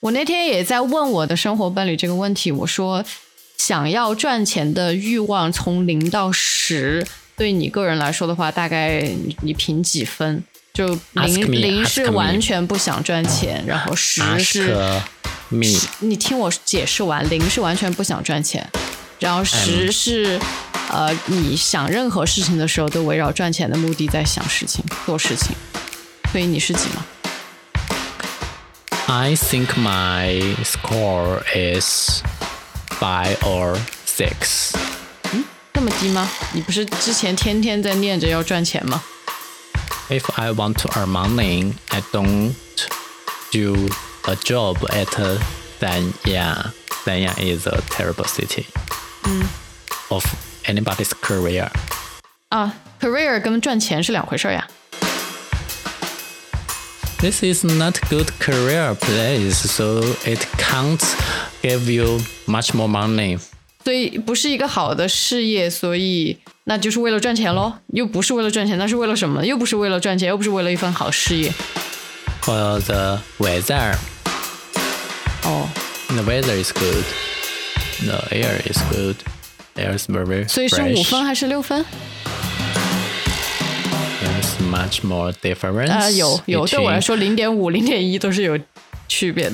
我那天也在问我的生活伴侣这个问题，我说想要赚钱的欲望从0到10，对你个人来说的话，大概你评几分？就零是完全不想赚钱，然后10是你听我解释完，0是完全不想赚钱，然后10是你想任何事情的时候都围绕赚钱的目的在想事情做事情，所以你是几吗？ I think my score is 5 or 6。 那么低吗？你不是之前天天在念着要赚钱吗？ If I want to earn money, I don't do a job at Sanya. Sanya is a terrible city of anybody's career. Career 跟赚钱是两回事呀。 This is not good career place, so it can't give you much more money. 所以不是一个好的事业，所以那就是为了赚钱咯。又不是为了赚钱，那是为了什么？又不是为了赚钱，又不是为了一份好事业。 For the weather. The weather is good. The air is good. Air is very fresh. 所以是5分还是6分 ？There's much more difference. 有，对我来说0.5、0.1都是有区别的。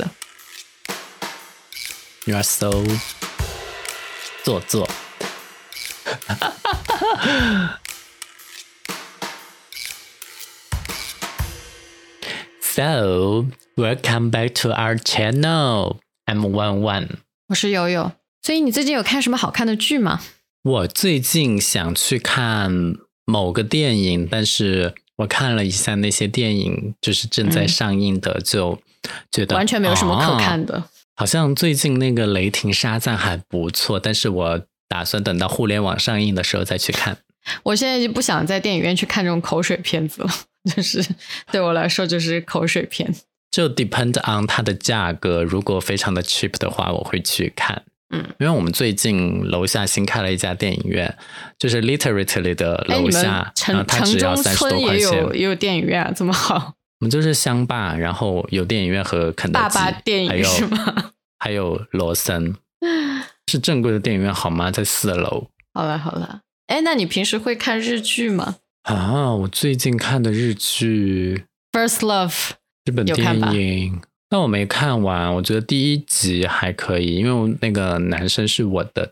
You are so 做作。So, welcome back to our channel. I'm Wan. 我是悠悠。所以你最近有看什么好看的剧吗？ 我最近想去看某个电影，但是我看了一下那些电影，就是正在上映的，就觉得完全没有什么可看的。 好像最近那个《雷霆沙赞》还不错，但是我打算等到互联网上映的时候再去看。 我现在就不想在电影院去看这种口水片子了，就是对我来说就是口水片。 就 depend on 它的价格，如果非常的 cheap 的话，我会去看。因为我们最近楼下新开了一家电影院，就是 literally 的楼下，它只要30多块钱。 也有电影院啊，这么好。 我们就是乡坝，然后有电影院和肯德基， 爸爸电影是吗？ 还有罗森，是正规的电影院好吗？在4楼。 好了，那你平时会看日剧吗？ 我最近看的日剧 First Love 日本电影，但我没看完，我觉得第1集还可以，因为那个男生是我的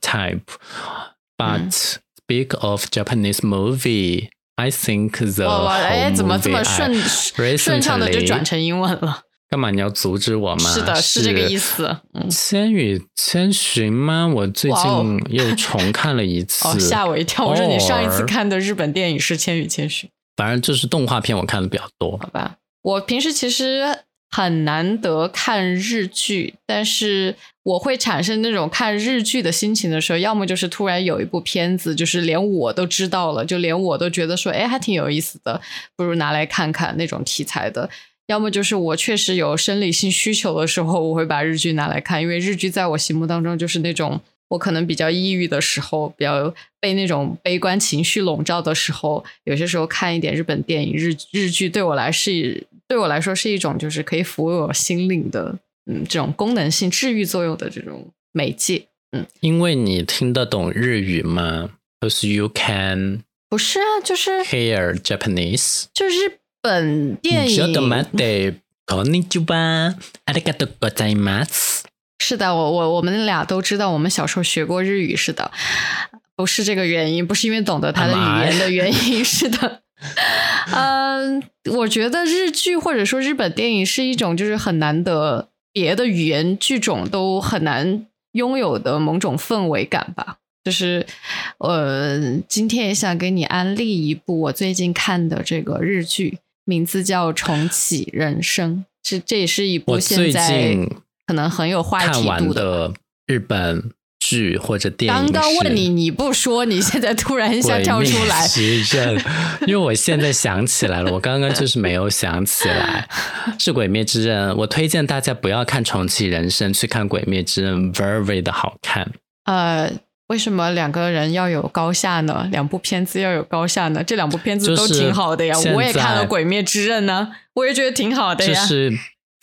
type。But speak of Japanese movie, I think the whole movie 怎么这么顺畅的就转成英文了？ 干嘛你要阻止我吗？ 是的，是这个意思。 千与千寻吗？我最近又重看了一次。 吓我一跳！我说你上一次看的日本电影是《千与千寻》。 反正就是动画片我看的比较多。 好吧，我平时其实很难得看日剧，但是我会产生那种看日剧的心情的时候，要么就是突然有一部片子就是连我都知道了，就连我都觉得说还挺有意思的，不如拿来看看那种题材的，要么就是我确实有生理性需求的时候，我会把日剧拿来看，因为日剧在我心目当中就是那种我可能比较抑郁的时候，比较被那种悲观情绪笼罩的时候，有些时候看一点日本电影日剧对我来说是一种就是可以抚慰我心灵的这种功能性治愈作用的这种媒介。 因为你听得懂日语吗？ Because you can 不是啊，就是 hear Japanese， 就日本电影。 こんにちは、ありがとうございます。 是的，我们俩都知道，我们小时候学过日语，是的，不是这个原因，不是因为懂得它的语言的原因，是的。我觉得日剧或者说日本电影是一种就是很难得，别的语言剧种都很难拥有的某种氛围感吧。就是今天也想给你安利一部我最近看的这个日剧，名字叫《重启人生》，这也是一部现在可能很有话题度的。 看完的日本剧或者电影， 刚刚问你不说，你现在突然一下跳出来。 因为我现在想起来了，我刚刚就是没有想起来，是《鬼灭之刃》。我推荐大家不要看《重启人生》，去看《鬼灭之刃》，very 的好看。 为什么两个人要有高下呢？两部片子要有高下呢？这两部片子都挺好的呀，我也看了《鬼灭之刃》呢，我也觉得挺好的呀。 就是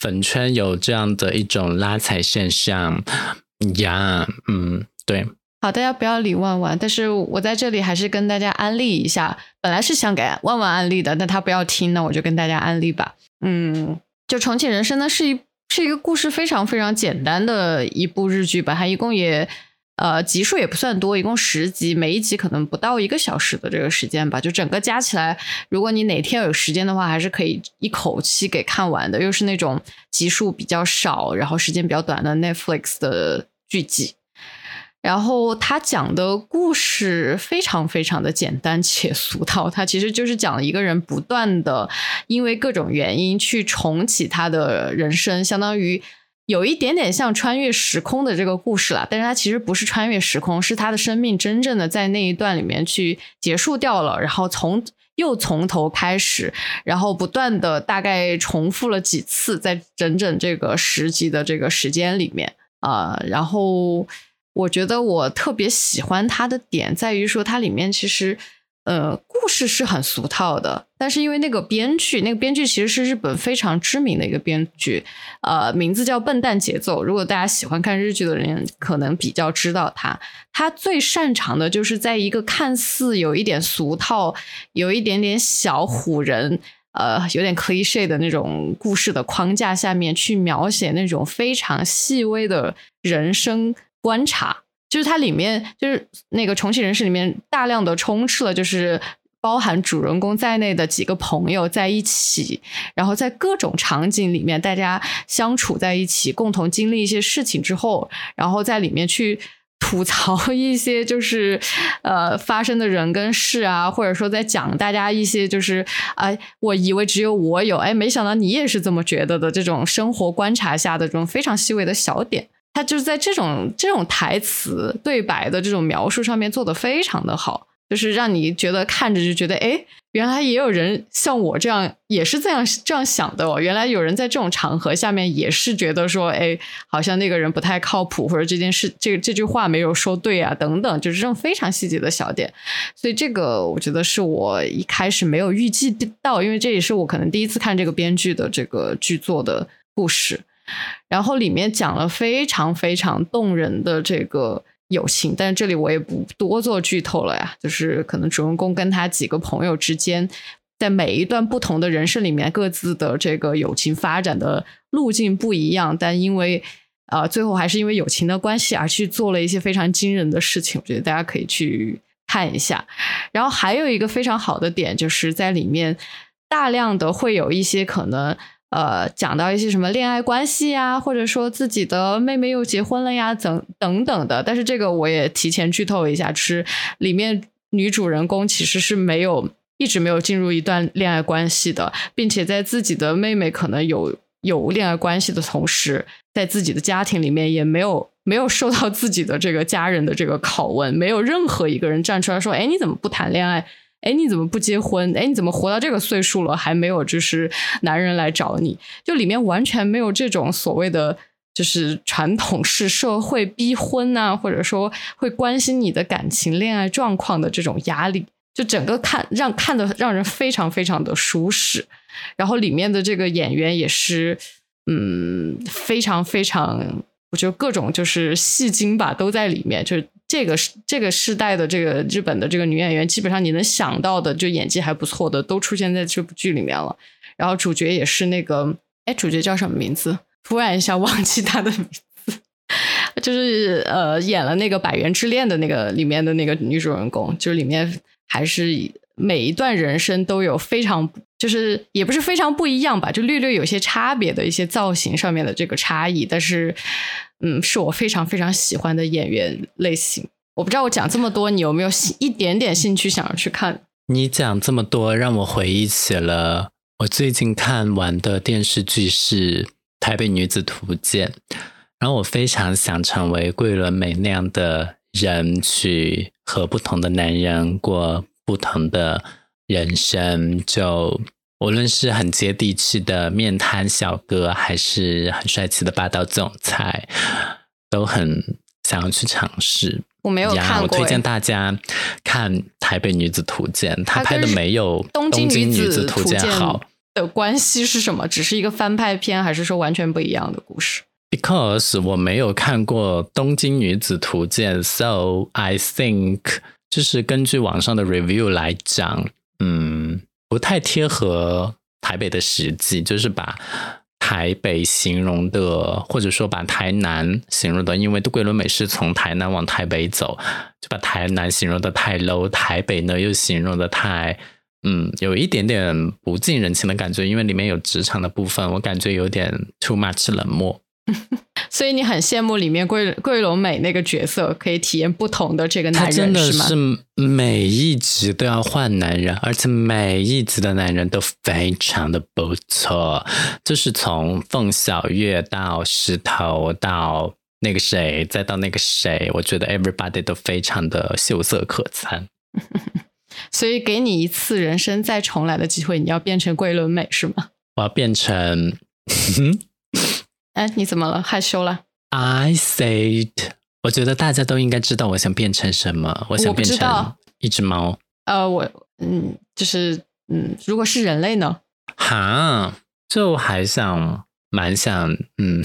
粉圈有这样的一种拉踩现象呀，对。 好，大家不要理万万，但是我在这里还是跟大家安利一下，本来是想给万万安利的，但他不要听，那我就跟大家安利吧。就重启人生呢是一个故事非常非常简单的一部日剧吧，它一共也集数也不算多，一共10集，每一集可能不到1个小时的这个时间吧，就整个加起来，如果你哪天有时间的话，还是可以一口气给看完的，又是那种集数比较少，然后时间比较短的 Netflix 的剧集。然后他讲的故事非常非常的简单且俗套，他其实就是讲一个人不断的因为各种原因去重启他的人生，相当于有一点点像穿越时空的这个故事啦，但是他其实不是穿越时空，是他的生命真正的在那一段里面去结束掉了，然后又从头开始，然后不断的大概重复了几次，在整整这个10集的这个时间里面然后我觉得我特别喜欢它的点在于说，它里面其实故事是很俗套的，但是因为那个编剧其实是日本非常知名的一个编剧，名字叫笨蛋节奏，如果大家喜欢看日剧的人可能比较知道他最擅长的就是在一个看似有一点俗套，有一点点小唬人有点 cliché 的那种故事的框架下面去描写那种非常细微的人生观察，就是它里面就是那个重启人生里面大量的充斥了就是包含主人公在内的几个朋友在一起，然后在各种场景里面大家相处在一起，共同经历一些事情之后，然后在里面去吐槽一些就是发生的人跟事啊，或者说在讲大家一些就是我以为只有我有，没想到你也是这么觉得的这种生活观察下的这种非常细微的小点，他就是在这种台词对白的这种描述上面做得非常的好，就是让你觉得看着就觉得原来也有人像我这样也是这样想的原来有人在这种场合下面也是觉得说好像那个人不太靠谱，或者这件事这句话没有说对啊等等，就是这种非常细节的小点，所以这个我觉得是我一开始没有预计到，因为这也是我可能第一次看这个编剧的这个剧作的故事，然后里面讲了非常非常动人的这个友情，但是这里我也不多做剧透了呀，就是可能主人公跟他几个朋友之间在每一段不同的人生里面各自的这个友情发展的路径不一样，但因为最后还是因为友情的关系而去做了一些非常惊人的事情，我觉得大家可以去看一下。然后还有一个非常好的点就是在里面大量的会有一些可能讲到一些什么恋爱关系呀，或者说自己的妹妹又结婚了呀等等的，但是这个我也提前剧透一下，就是里面女主人公其实是一直没有进入一段恋爱关系的，并且在自己的妹妹可能有恋爱关系的同时，在自己的家庭里面也没有受到自己的这个家人的这个拷问，没有任何一个人站出来说你怎么不谈恋爱，你怎么不结婚，你怎么活到这个岁数了还没有就是男人来找你，就里面完全没有这种所谓的就是传统式社会逼婚啊，或者说会关心你的感情恋爱状况的这种压力，就整个看得让人非常非常的舒适。然后里面的这个演员也是非常非常，我觉得各种就是戏精吧都在里面，就是这个世代的这个日本的这个女演员基本上你能想到的就演技还不错的都出现在这部剧里面了。然后主角也是那个主角叫什么名字突然一下忘记他的名字就是演了那个百元之恋的那个里面的那个女主人公，就是里面还是每一段人生都有非常就是也不是非常不一样吧，就略略有些差别的一些造型上面的这个差异，但是是我非常非常喜欢的演员类型。我不知道我讲这么多你有没有一点点兴趣想要去看？ 你讲这么多让我回忆起了我最近看完的电视剧是《台北女子图鉴》，然后我非常想成为桂纶镁那样的人，去和不同的男人过不同的人生，就无论是很接地气的面瘫小哥，还是很帅气的霸道总裁，都很想要去尝试。 我没有看过， 我推荐大家看《台北女子图鉴》，他拍的没有《东京女子图鉴》好。 的关系是什么？只是一个翻拍片，还是说完全不一样的故事？ Because 我没有看过《东京女子图鉴》 So I think 就是根据网上的 review 来讲，不太贴合台北的实际，就是把台北形容的，或者说把台南形容的，因为桂纶镁是从台南往台北走，就把台南形容的太 low， 台北呢又形容的太有一点点不近人情的感觉，因为里面有职场的部分，我感觉有点 too much 冷漠。 所以你很羡慕里面桂纶镁那个角色可以体验不同的这个男人， 他真的是吗？ 是每一集都要换男人，而且每一集的男人都非常的不错，就是从凤小岳到石头到那个谁再到那个谁，我觉得 everybody 都非常的秀色可餐。 所以给你一次人生再重来的机会，你要变成桂纶镁是吗？ 我要变成哎，你怎么了？害羞了？ I said 我觉得大家都应该知道我想变成什么，我想变成一只猫。 如果是人类呢？ 就还蛮想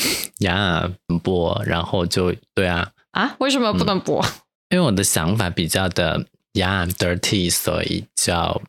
播，然后就对啊。 为什么不能播？ 因为我的想法比较的dirty， 所以叫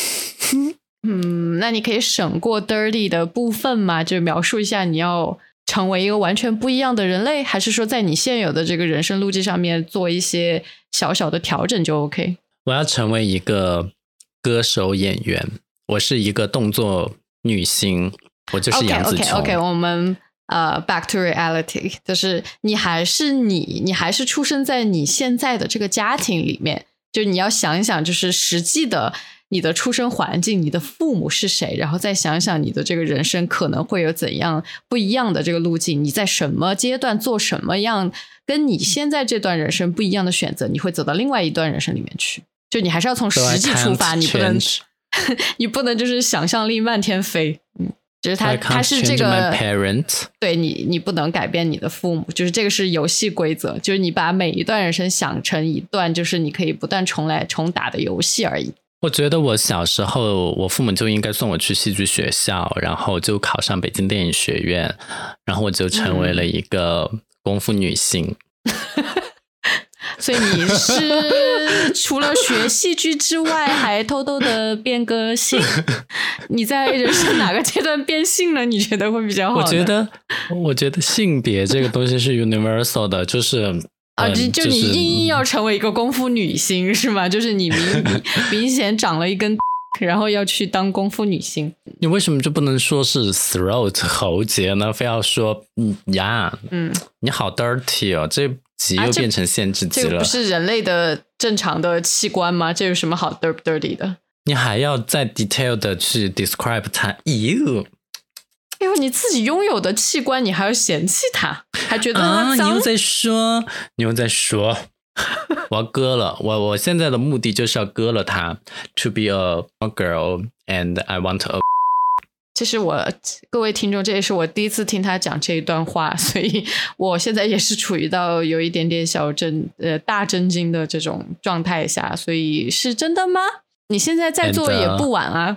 那你可以省过 dirty 的部分吗？就描述一下你要成为一个完全不一样的人类，还是说在你现有的这个人生路径上面做一些小小的调整就 OK？ 我要成为一个歌手演员，我是一个动作女星，我就是杨紫琼。 OK， 我们back to reality， 就是你还是出生在你现在的这个家庭里面，就你要想一想，就是实际的你的出生环境，你的父母是谁，然后再想想你的这个人生可能会有怎样不一样的这个路径，你在什么阶段做什么样跟你现在这段人生不一样的选择，你会走到另外一段人生里面去。就你还是要从实际出发，你不能就是想象力漫天飞。就是他是这个，对，你不能改变你的父母，就是这个是游戏规则，就是你把每一段人生想成一段就是你可以不断重来重打的游戏而已。 我觉得我小时候我父母就应该送我去戏剧学校，然后就考上北京电影学院，然后我就成为了一个功夫女性。 所以你是除了学戏剧之外还偷偷的变个性？你在人生哪个阶段变性呢？你觉得会比较好？ 我觉得性别这个东西是 universal 的，就是就你硬要成为一个功夫女星是吗？就是你明显长了一根然后要去当功夫女星。 你为什么就不能说是 throat 喉结呢？非要说你好 dirty 哦，这集又变成限制级了。 这个不是人类的正常的器官吗？这有什么好 dirty 的？ 你还要再 detail 的去 describe 它。 你自己拥有的器官你还要嫌弃它，还觉得它脏。 你又在说我要割了，我现在的目的就是要割了它 to be a girl and I want a。 其实各位听众，这也是我第一次听他讲这一段话，所以我现在也是处于到有一点点大震惊的这种状态下。所以是真的吗？你现在再做也不晚啊。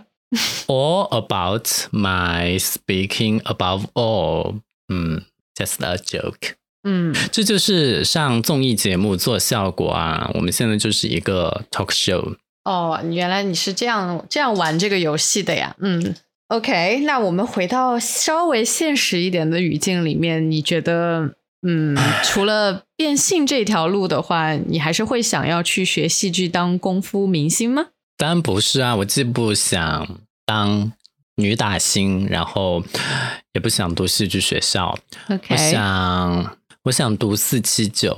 All about my speaking above all， just a joke。这就是上综艺节目做效果啊。我们现在就是一个 talk show。 原来你是这样玩这个游戏的呀。OK， 那我们回到稍微现实一点的语境里面，你觉得除了变性这条路的话，你还是会想要去学戏剧当功夫明星吗？ 当然不是啊，我既不想当女打星，然后也不想读戏剧学校。 Okay. 我想读479。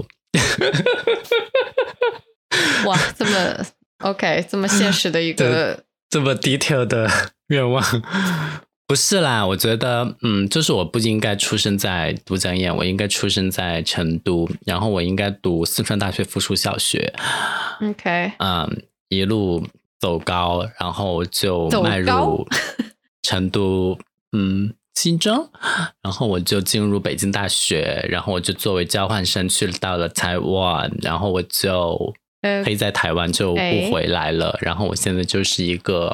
哇，这么 OK， 这么现实的一个这么 detail 的愿望。不是啦，我觉得就是我不应该出生在都江堰，我应该出生在成都，然后我应该读四川大学附属小学。 OK， 一路走高，然后就迈入成都新中，然后我就进入北京大学，然后我就作为交换生去到了台湾，然后我就可以在台湾就不回来了，然后我现在就是一个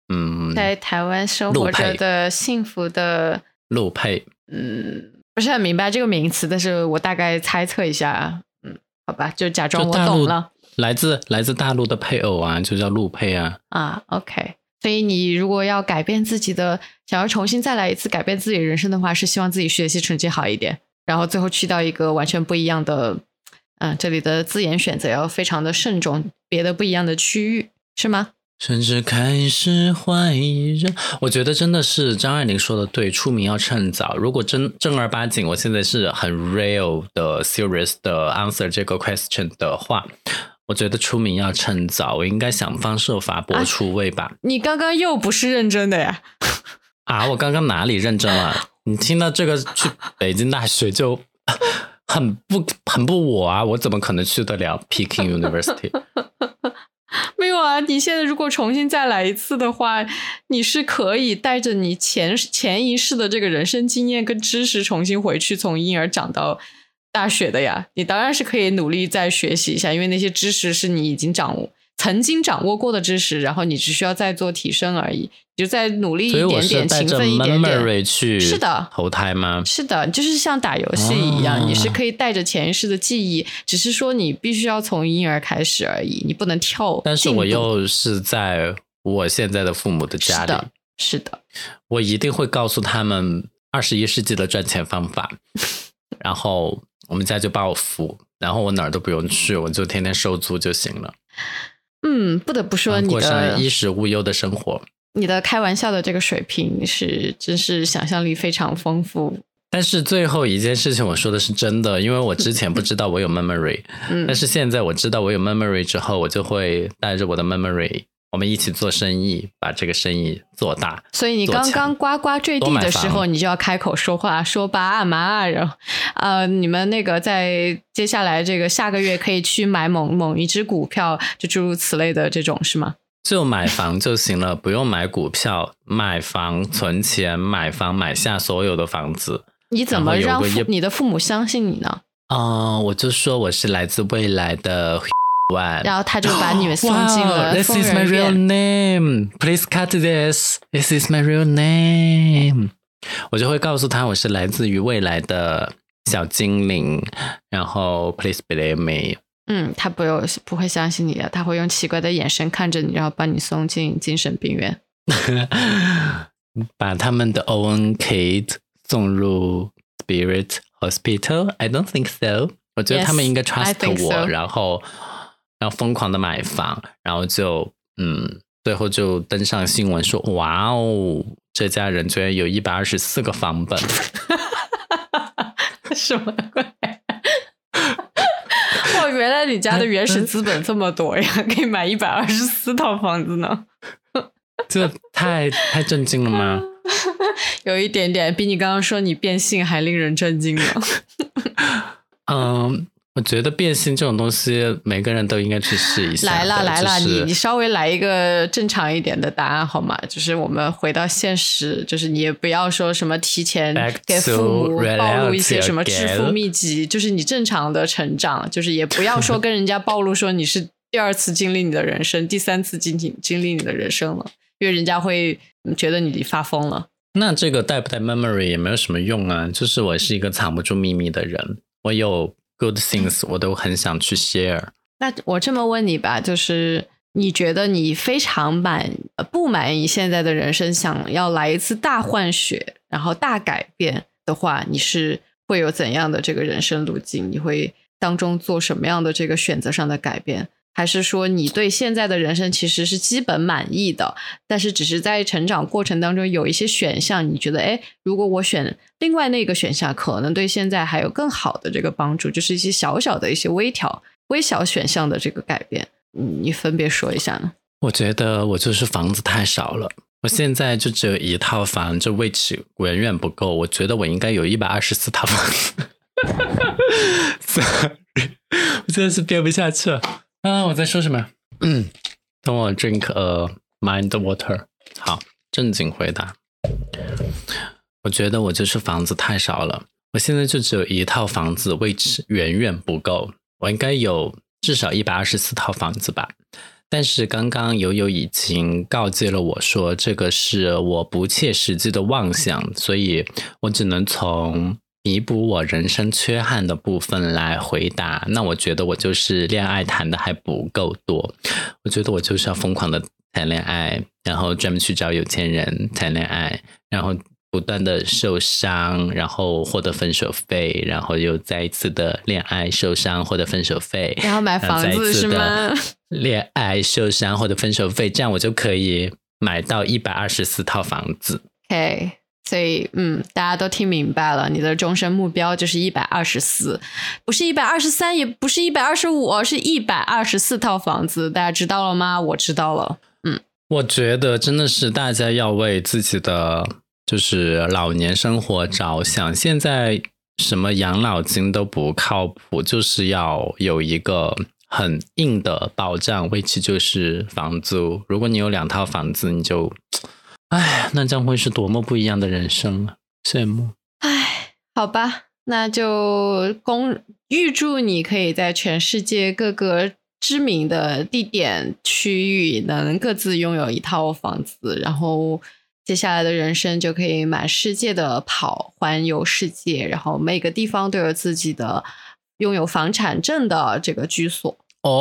在台湾生活着的幸福的陆配。 不是很明白这个名词，但是我大概猜测一下。好吧，就假装我懂了。 来自大陆的配偶啊，就叫陆配啊。 OK。所以你如果要改变自己的，想要重新再来一次改变自己的人生的话，是希望自己学习成绩好一点，然后最后去到一个完全不一样的，这里的字眼选择要非常的慎重，别的不一样的区域，是吗？ 甚至开始怀疑人，我觉得真的是张爱玲说的对，出名要趁早。如果正儿八经，我现在是很 real 的 serious 的 answer 这个 question 的话，我觉得出名要趁早，我应该想方设法搏出位吧。 你刚刚又不是认真的呀？ 我刚刚哪里认真了？你听到这个去北京大学就很不我啊，我怎么可能去得了 Peking University？ 没有啊，你现在如果重新再来一次的话，你是可以带着你前一世的这个人生经验跟知识重新回去，从婴儿长到大学的呀。你当然是可以努力再学习一下，因为那些知识是你已经曾经掌握过的知识，然后你只需要再做提升而已，你就再努力一点点，勤奋一点点。 是的，投胎吗？ 是的，就是像打游戏一样，你是可以带着前一世的记忆，只是说你必须要从婴儿开始而已，你不能跳。 但是我又是在我现在的父母的家里， 是的， 我一定会告诉他们21世纪的赚钱方法，然后我们家就把我扶，然后我哪儿都不用去，我就天天收租就行了。 不得不说你的过上衣食无忧的生活。 你的开玩笑的这个水平真是想象力非常丰富。 但是最后一件事情我说的是真的，因为我之前不知道我有 memory，但是现在我知道我有 memory 之后，我就会带着我的 memory， 我们一起做生意，把这个生意做大。 所以你刚刚呱呱坠地的时候，你就要开口说话，说爸妈，然后你们那个在接下来这个下个月可以去买某一只股票，就诸如此类的这种是吗？ 就买房就行了，不用买股票，买房存钱，买房买下所有的房子。 你怎么让你的父母相信你呢？ 我就说我是来自未来的然后他就把你们送进了 This is my real name. Please cut this. This is my real name. 我就会告诉他我是来自于未来的小精灵，然后 Please believe me. 他不会相信你的，他会用奇怪的眼神看着你，然后把你送进精神病院。 把他们的 own kid 送入 Spirit Hospital? I don't think so. 我觉得他们应该 trust 我，然后疯狂的买房，然后就最后就登上新闻说，哇哦，这家人居然有124个房本。 什么鬼？原来你家的原始资本这么多呀，可以买124套房子呢。 这太震惊了吗？ 有一点点，比你刚刚说你变性还令人震惊呢。 我觉得变性这种东西每个人都应该去试一下。来了， 就是、 你稍微来一个正常一点的答案好吗？就是我们回到现实，就是你也不要说什么提前给父母暴露一些什么致富秘籍，就是你正常的成长，就是也不要说跟人家暴露说你是第2次经历你的人生，第3次经历你的人生了，因为人家会觉得你发疯了。 那这个带不带 memory 也没有什么用啊，就是我是一个藏不住秘密的人，我有good things 我都很想去 share。 那我这么问你吧，就是你觉得你非常不满意现在的人生，想要来一次大换血然后大改变的话，你是会有怎样的这个人生路径？你会当中做什么样的这个选择上的改变？还是说你对现在的人生其实是基本满意的，但是只是在成长过程当中有一些选项你觉得如果我选另外那个选项可能对现在还有更好的这个帮助，就是一些小小的一些微小选项的这个改变，你分别说一下呢？ 我觉得我就是房子太少了，我现在就只有1套房，这位置远远不够，我觉得我应该有124套房子。Sorry， 我真的是编不下去了我在说什么？等我 drink a mind water。 好，正经回答。我觉得我就是房子太少了，我现在就只有1套房子，位置远远不够，我应该有至少124套房子吧。 但是刚刚友友已经告诫了我说，这个是我不切实际的妄想，所以我只能从弥补我人生缺憾的部分来回答。那我觉得我就是恋爱谈的还不够多，我觉得我就是要疯狂的谈恋爱，然后专门去找有钱人谈恋爱，然后不断的受伤，然后获得分手费，然后又再一次的恋爱受伤获得分手费， 然后买房子是吗？ 恋爱受伤获得分手费，这样我就可以买到124套房子。 OK， 所以大家都听明白了，你的终身目标就是124，不是123，也不是125，是124套房子，大家知道了吗？我知道了。 我觉得真的是大家要为自己的就是老年生活着想，现在什么养老金都不靠谱，就是要有一个很硬的保障，为其就是房租。如果你有2套房子，你就那将会是多么不一样的人生啊，羡慕。 好吧，那就预祝你可以在全世界各个知名的地点区域能各自拥有一套房子，然后接下来的人生就可以满世界的跑，环游世界，然后每个地方都有自己的拥有房产证的这个居所。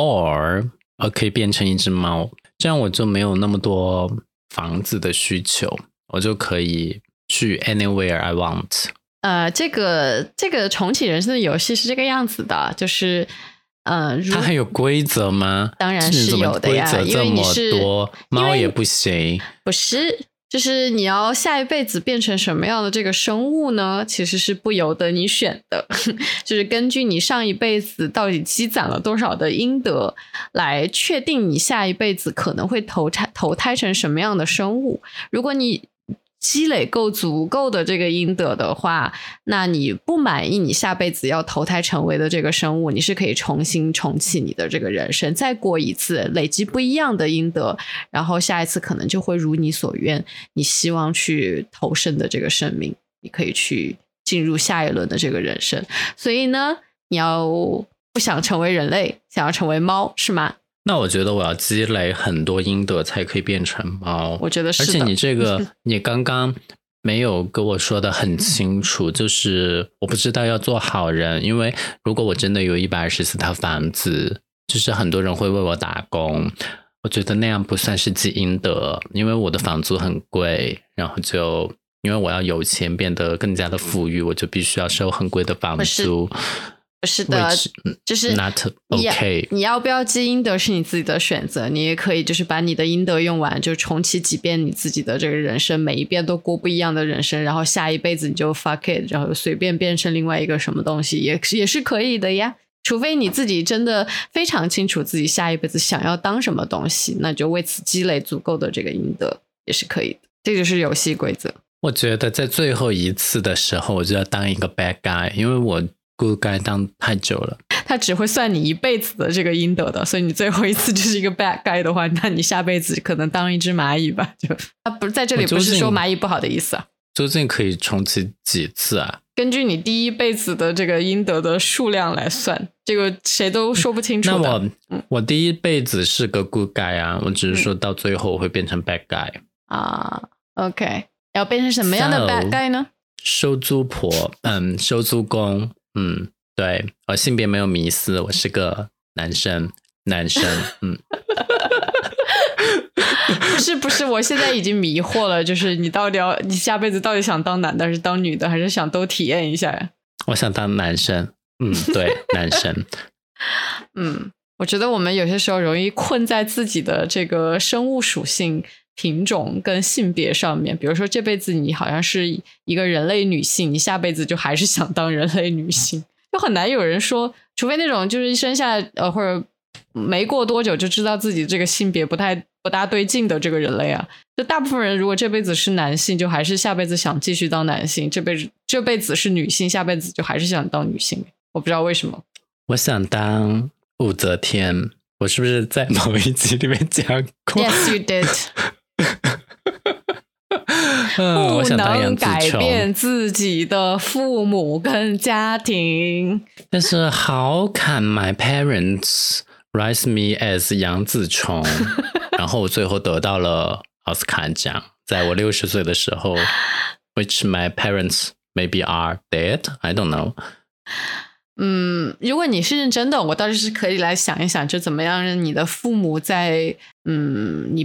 or 可以变成一只猫，这样我就没有那么多房子的需求，我就可以去 anywhere I want。 这个重启人生的游戏是这个样子的，就是它还有规则吗？ 当然是有的呀， 规则这么多，猫也不行。 不是，就是你要下一辈子变成什么样的这个生物呢？其实是不由得你选的，就是根据你上一辈子到底积攒了多少的阴德，来确定你下一辈子可能会投胎成什么样的生物。如果你积累足够的这个阴德的话，那你不满意你下辈子要投胎成为的这个生物，你是可以重新重启你的这个人生，再过一次，累积不一样的阴德，然后下一次可能就会如你所愿，你希望去投身的这个生命，你可以去进入下一轮的这个人生。所以呢，你要不想成为人类，想要成为猫是吗？ 那我觉得我要积累很多阴德才可以变成猫。 我觉得是的。 而且你这个你刚刚没有跟我说的很清楚，就是我不知道要做好人，因为如果我真的有124套房子，就是很多人会为我打工，我觉得那样不算是积阴德，因为我的房租很贵，然后就因为我要有钱变得更加的富裕，我就必须要收很贵的房租。 不是的，就是 not okay。 你要不要积阴德是你自己的选择，你也可以就是把你的阴德用完，就重启几遍你自己的这个人生，每一遍都过不一样的人生，然后下一辈子你就 fuck it， 然后随便变成另外一个什么东西也是可以的呀。除非你自己真的非常清楚自己下一辈子想要当什么东西，那就为此积累足够的这个阴德也是可以的，这就是游戏规则。 我觉得在最后一次的时候我就要当一个 bad guy， 因为我good guy 当太久了， 他只会算你一辈子的这个阴德的，所以你最后一次就是一个 bad guy 的话，那你下辈子可能当一只蚂蚁吧。就他不是在这里不是说蚂蚁不好的意思啊。 究竟可以重启几次啊？ 根据你第一辈子的这个阴德的数量来算，这个谁都说不清楚的。 那我第一辈子是个 good guy 啊，我只是说到最后我会变成 bad guy 啊。OK， 要变成什么样的 bad guy 呢？ 收租婆，收租工。对，我性别没有迷思，我是个男生。 不是，我现在已经迷惑了，就是你下辈子到底想当男的还是当女的，还是想都体验一下呀？ 我想当男生。对，男生。 我觉得我们有些时候容易困在自己的这个生物属性、品种跟性别上面。比如说这辈子你好像是一个人类女性，你下辈子就还是想当人类女性，就很难有人说，除非那种就是一生下来或者没过多久就知道自己这个性别不大对劲的这个人类啊。就大部分人如果这辈子是男性，就还是下辈子想继续当男性，这辈子是女性，下辈子就还是想当女性。我不知道为什么。 我想当武则天，我是不是在某一集里面讲过？ Yes, you did。不能改变自己的父母跟家庭， 但是 how can my parents Rise Me as 杨紫琼，然后我最后得到了奥斯卡奖，在我60岁的时候 ，which my parents maybe are dead, I don't know。 如果你是认真的，我倒是可以来想一想，就怎么样让你的父母在你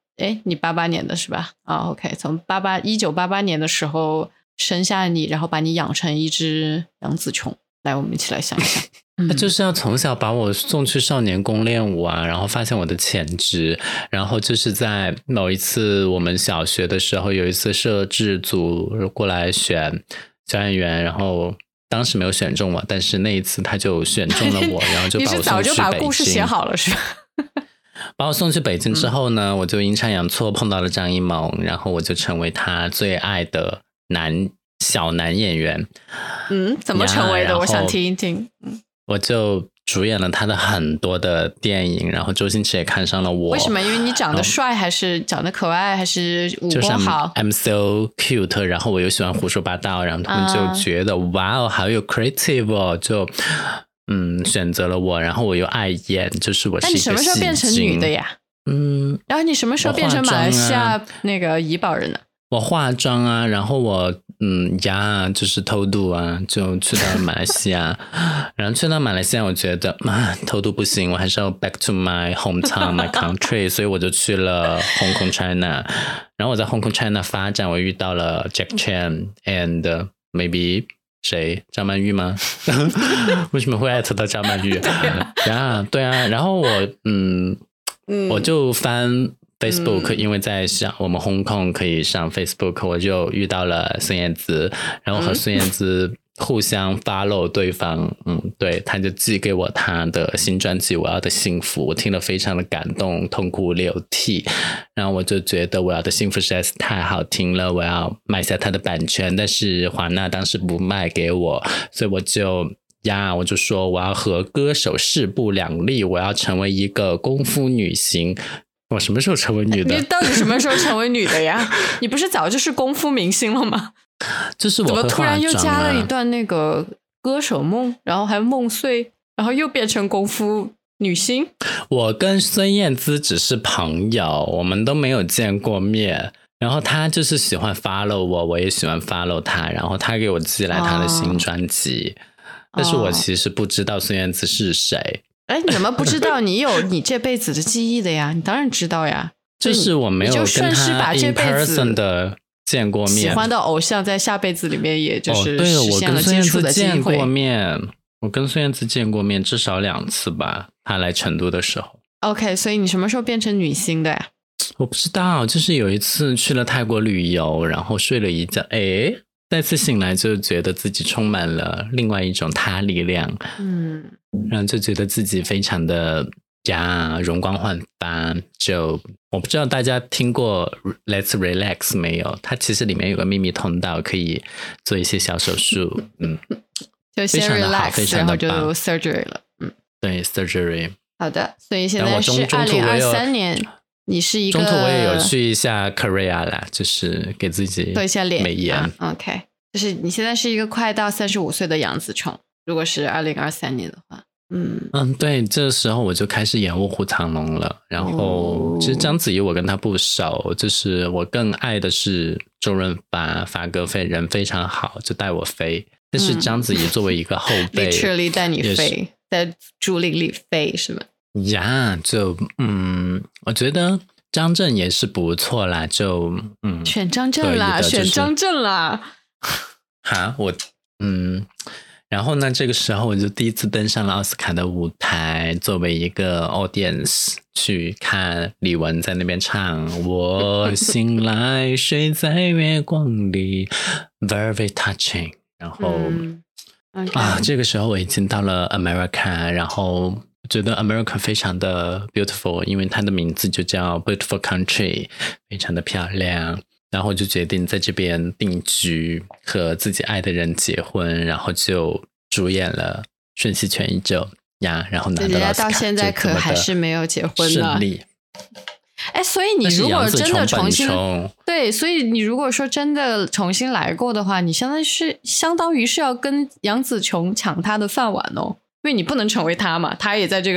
88年的是吧？OK， 从1988年的时候生下你，然后把你养成一只杨紫琼。来，我们一起来想一想。 他就是要从小把我送去少年宫练舞啊，然后发现我的潜质，然后就是在某一次我们小学的时候，有一次摄制组过来选小演员，然后当时没有选中我，但是那一次他就选中了我，然后就把我送去北京。你是早就把故事写好了是吧？ 把我送去北京之后呢，我就阴差阳错碰到了张艺谋，然后我就成为他最爱的小男演员。 怎么成为的？我想听一听。 我就主演了他的很多的电影，然后周星驰也看上了我。为什么？因为你长得帅，还是长得可爱，还是武功好？ 就是 I'm so cute， 然后我又喜欢胡说八道，然后他们就觉得哇哦，好有 creative 哦，就选择了我。然后我又爱演，就是我是一个戏精。 那你什么时候变成女的呀？然后你什么时候变成马来西亚那个怡保人呢？ 我化妆啊，然后我就是偷渡啊，就去到了马来西亚。然后去到马来西亚，我觉得偷渡不行，我还是要 back to my hometown my country， 所以我就去了 Hong Kong China。然后我在 Hong Kong China 发展，我遇到了 Jack Chan and maybe 谁？张曼玉吗？为什么会艾特到张曼玉？对啊，然后我就翻Facebook，因为在我们 Hong Kong 可以上 Facebook， 我就遇到了孙燕姿，然后和孙燕姿互相 follow 对方，对，他就寄给我他的新专辑《我要的幸福》，我听了非常的感动，痛哭流涕，然后我就觉得《我要的幸福》实在是太好听了，我要买下他的版权，但是华纳当时不卖给我，所以我就说我要和歌手势不两立，我要成为一个功夫女星。我什么时候成为女的？ 你到底什么时候成为女的呀？你不是早就是功夫明星了吗？ 就是我会化妆啊， 怎么突然又加了一段那个歌手梦，然后还梦碎，然后又变成功夫女星？ 我跟孙燕姿只是朋友，我们都没有见过面。然后他就是喜欢 follow 我，我也喜欢 follow 他，然后他给我寄来他的新专辑，但是我其实不知道孙燕姿是谁。 你怎么不知道？你有你这辈子的记忆的呀，你当然知道呀。 就是我没有跟他 in person 的见过面， 喜欢的偶像在下辈子里面也就是对， 实现了接触的机会。 我跟孙燕姿见过面至少2次吧，他来成都的时候。 OK， 所以你什么时候变成女星的呀？ 我不知道，就是有一次去了泰国旅游，然后睡了一觉，再次醒来就觉得自己充满了另外一种他力量，然后就觉得自己非常的容光焕发。就我不知道大家听过 Let's Relax 没有，它其实里面有个秘密通道，可以做一些小手术， 就先 relax 然后就 surgery 了。 对 surgery。 好的，所以现在是2023年，你是一个中途我也有去一下 Korea 啦，就是给自己做一下脸美颜。 OK， 就是你现在是一个快到35岁的杨紫琼，如果是2023年的话。 对，这时候我就开始演《卧虎藏龙》了。然后其实章子怡我跟她不熟，就是我更爱的是周润发哥人非常好，就带我飞。但是章子怡作为一个后辈 literally 带你飞，在竹林里飞是吗？ 我觉得张震也是不错啦， 选张震啦，选张震啦。 然后呢，这个时候我就第一次登上了奥斯卡的舞台，作为一个 audience 去看李玟在那边唱我醒来睡在月光里 very touching。 然后这个时候我已经到了 America， 然后我觉得 America 非常的 beautiful， 因为它的名字就叫 Beautiful Country， 非常的漂亮。然后就决定在这边定居，和自己爱的人结婚，然后就主演了《瞬息全宇宙》然后拿到了奥斯卡， 到现在可还是没有结婚呢。 顺利。 所以你如果真的重新对，所以你如果说真的重新来过的话，你相当于是要跟杨紫琼抢她的饭碗哦，因为你不能成为她嘛，她也在这个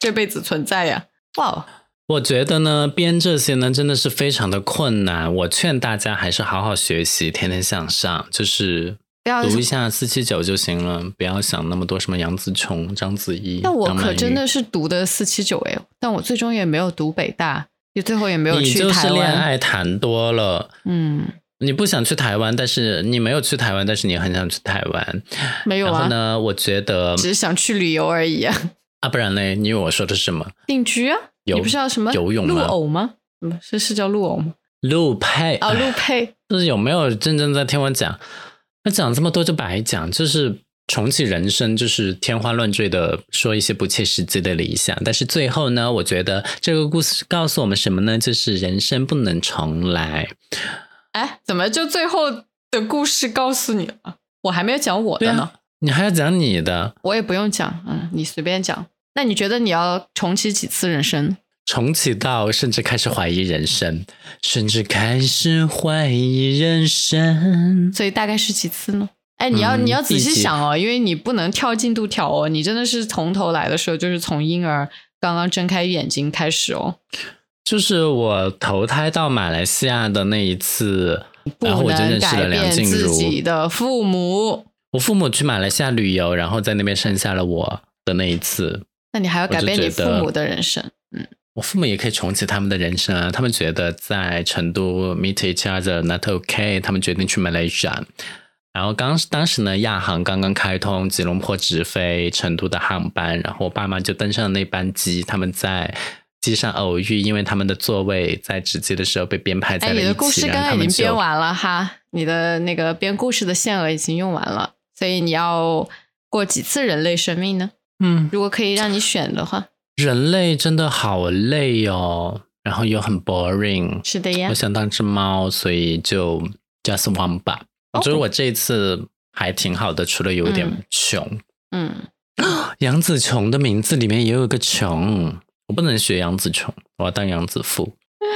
这辈子存在呀。哇， 我觉得呢，编这些呢真的是非常的困难。我劝大家还是好好学习，天天向上，就是读一下479就行了，不要想那么多什么杨紫琼、章子怡。 但我可真的是读的479哎，但我最终也没有读北大，也最后也没有去台湾。 你就是恋爱谈多了，你不想去台湾，但是你没有去台湾，但是你很想去台湾。 没有啊。 然后呢，我觉得只是想去旅游而已啊。 不然呢？你以为我说的是什么？ 定居啊？你不是要什么游泳吗？ 陆偶吗？是叫陆偶吗？ 陆配啊，陆配。 就是有没有真正在听我讲？那讲这么多就白讲，就是重启人生，就是天花乱坠的说一些不切实际的理想。但是最后呢，我觉得这个故事告诉我们什么呢？就是人生不能重来。 哎，怎么就最后的故事告诉你了？我还没有讲我的呢。 你还要讲你的？ 我也不用讲，你随便讲。那你觉得你要重启几次人生？ 重启到甚至开始怀疑人生，甚至开始怀疑人生。 所以大概是几次呢？哎，你要仔细想哦，因为你不能跳进度条哦。你真的是从头来的时候，就是从婴儿刚刚睁开眼睛开始哦。 就是我投胎到马来西亚的那一次，然后我就认识了梁静茹。 自己的父母， 我父母去马来西亚旅游，然后在那边生下了我的那一次。 那你还要改变你父母的人生？ 我父母也可以重启他们的人生啊。他们觉得在成都 meet each other not okay， 他们决定去马来西亚。然后当时呢，亚航刚刚开通吉隆坡直飞成都的航班，然后我爸妈就登上了那班机，他们在机上偶遇，因为他们的座位在值机的时候被编排在了一起。 你的故事刚刚已经编完了哈，你的那个编故事的限额已经用完了，所以你要过几次人类生命呢？如果可以让你选的话。 人类真的好累哦，然后又很 boring。 是的呀， 我想当只猫，所以就 just one 吧。我觉得我这一次还挺好的，除了有点穷。杨紫琼的名字里面也有一个穷，我不能学杨紫琼，我要当杨紫富。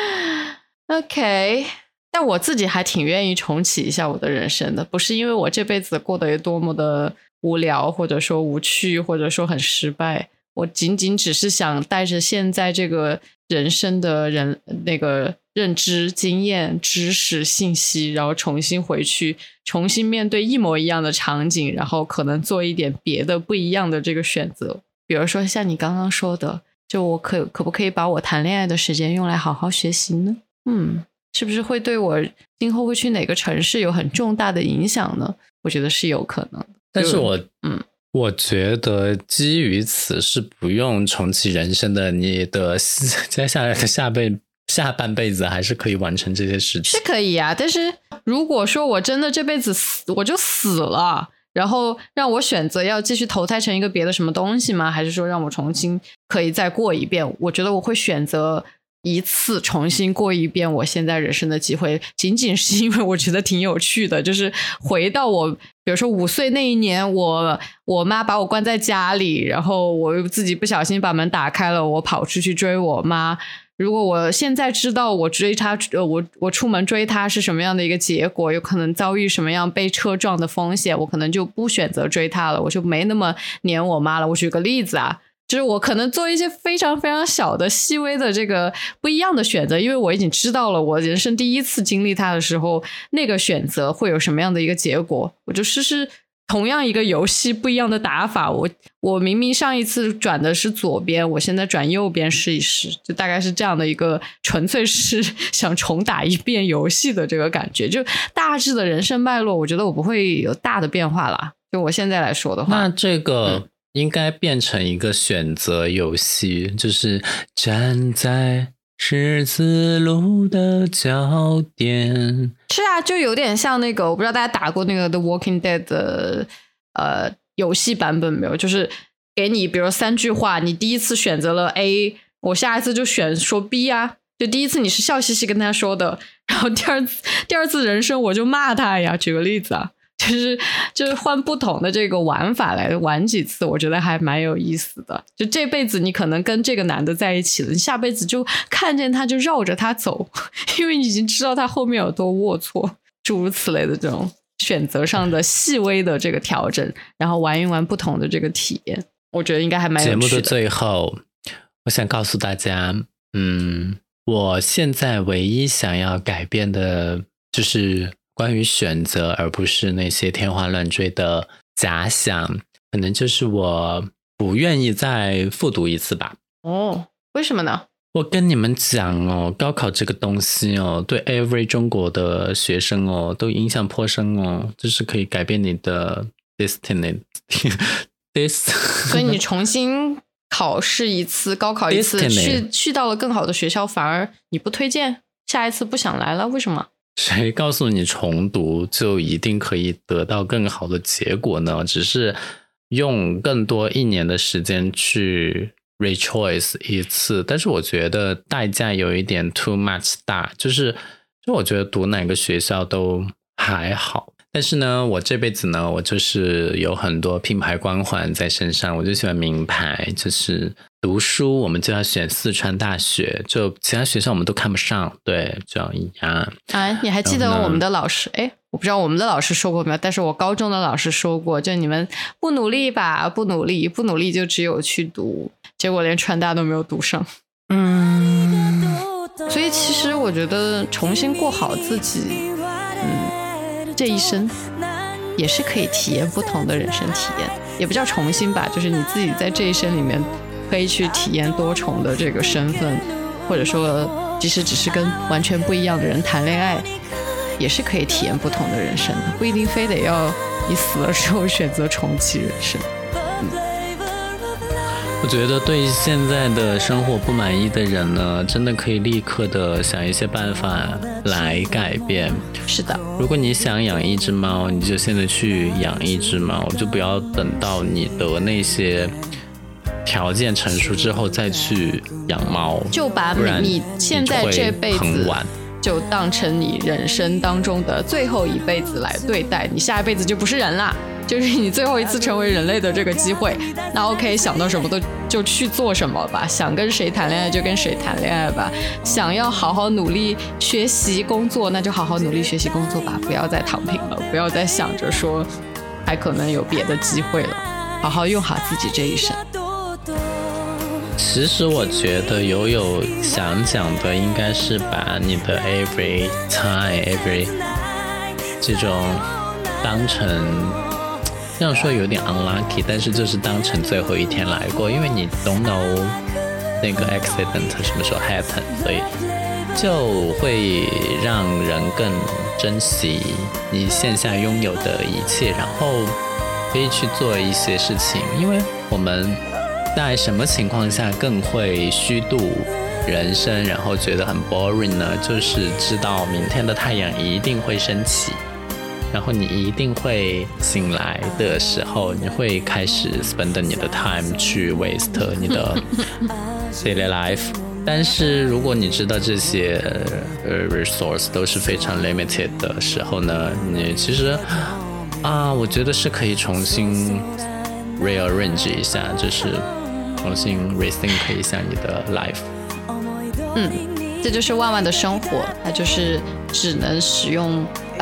OK， 但我自己还挺愿意重启一下我的人生的，不是因为我这辈子过得有多么的无聊，或者说无趣，或者说很失败。我仅仅只是想带着现在这个人生的那个认知、经验、知识、信息，然后重新回去，重新面对一模一样的场景，然后可能做一点别的不一样的这个选择。比如说像你刚刚说的，就我可不可以把我谈恋爱的时间用来好好学习呢？是不是会对我今后会去哪个城市有很重大的影响呢？我觉得是有可能的。 但是我觉得基于此是不用重启人生的，你的接下来的下半辈子还是可以完成这些事情。 是可以啊，但是如果说我真的这辈子我就死了，然后让我选择要继续投胎成一个别的什么东西吗？还是说让我重新可以再过一遍？我觉得我会选择一次重新过一遍我现在人生的机会，仅仅是因为我觉得挺有趣的，就是回到我比如说5岁那一年，我妈把我关在家里，然后我自己不小心把门打开了，我跑出去追我妈。如果我现在知道我追她，我出门追她是什么样的一个结果，有可能遭遇什么样被车撞的风险，我可能就不选择追她了，我就没那么黏我妈了。我举个例子啊，就是我可能做一些非常非常小的细微的这个不一样的选择，因为我已经知道了我人生第一次经历它的时候那个选择会有什么样的一个结果，我就试试同样一个游戏不一样的打法，我明明上一次转的是左边，我现在转右边试一试，就大概是这样的一个纯粹是想重打一遍游戏的这个感觉。就大致的人生脉络我觉得我不会有大的变化啦，就我现在来说的话。 那这个应该变成一个选择游戏，就是站在十字路的交点。 是啊，就有点像那个，我不知道大家打过那个 The Walking Dead 的游戏版本没有，就是给你比如3句话，你第一次选择了 A， 我下一次就选说 B 啊，就第一次你是笑嘻嘻跟他说的，然后第二次人生我就骂他呀，举个例子啊，就是换不同的这个玩法来玩几次，我觉得还蛮有意思的。就这辈子你可能跟这个男的在一起了，你下辈子就看见他就绕着他走，因为你已经知道他后面有多龌龊，诸如此类的这种选择上的细微的这个调整，然后玩一玩不同的这个体验，我觉得应该还蛮有趣的。 节目的最后我想告诉大家，我现在唯一想要改变的就是关于选择，而不是那些天花乱坠的假想，可能就是我不愿意再复读一次吧。 哦，为什么呢？ 我跟你们讲哦，高考这个东西哦，对 every 中国的学生哦，都影响颇深哦，就是可以改变你的 destiny 所以你重新考试一次，高考一次，去到了更好的学校，反而你不推荐，下一次不想来了，为什么？ 谁告诉你重读就一定可以得到更好的结果呢？只是用更多1年的时间去rechoice 一次，但是我觉得代价有一点 too much 大，就我觉得读哪个学校都还好，但是呢我这辈子呢我就是有很多品牌光环在身上，我就喜欢名牌，就是读书我们就要选四川大学，就其他学校我们都看不上，对，这样一样。 你还记得我们的老师我不知道我们的老师说过没有，但是我高中的老师说过，就你们不努力吧，不努力就只有去读，结果连川大都没有读上。所以其实我觉得重新过好自己这一生也是可以体验不同的人生体验，也不叫重新吧，就是你自己在这一生里面可以去体验多重的这个身份，或者说即使只是跟完全不一样的人谈恋爱，也是可以体验不同的人生的，不一定非得要你死了之后选择重启人生。 我觉得对现在的生活不满意的人呢，真的可以立刻的想一些办法来改变。 是的， 如果你想养一只猫，你就现在去养一只猫，就不要等到你的那些条件成熟之后再去养猫， 就把你现在这辈子就当成你人生当中的最后一辈子来对待，你下一辈子就不是人啦，就是你最后一次成为人类的这个机会。那 OK， 想到什么就去做什么吧，想跟谁谈恋爱就跟谁谈恋爱吧，想要好好努力学习工作，那就好好努力学习工作吧，不要再躺平了，不要再想着说还可能有别的机会了，好好用好自己这一生。 其实我觉得友想讲的应该是把你的 every time 这种当成，这样说有点 unlucky， 但是就是当成最后一天来过，因为你 don't know 那个 accident 什么时候 happen， 所以就会让人更珍惜你线下拥有的一切，然后可以去做一些事情。因为我们在什么情况下更会虚度人生，然后觉得很 boring 呢？就是知道明天的太阳一定会升起，然后你一定会醒来的时候，你会开始 spend 你的 time 去 waste 你的 daily life。但是如果你知道这些resource 都是非常 limited 的时候呢，你其实我觉得是可以重新 rearrange 一下，就是重新 rethink 一下你的 life。 这就是万万的生活，它就是只能使用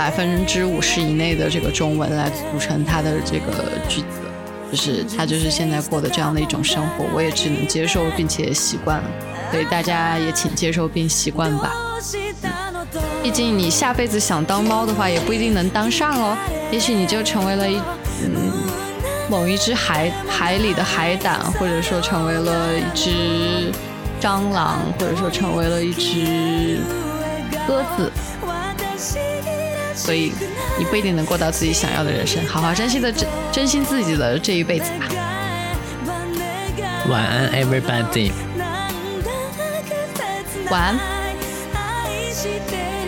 50%以内的这个中文来组成它的这个句子，就是它就是现在过的这样的一种生活，我也只能接受并且习惯了，所以大家也请接受并习惯吧。毕竟你下辈子想当猫的话，也不一定能当上哦，也许你就成为了某一只海里的海胆，或者说成为了一只蟑螂，或者说成为了一只鸽子，所以你不一定能过到自己想要的人生，好好珍惜自己的这一辈子吧。 晚安 everybody， 晚安。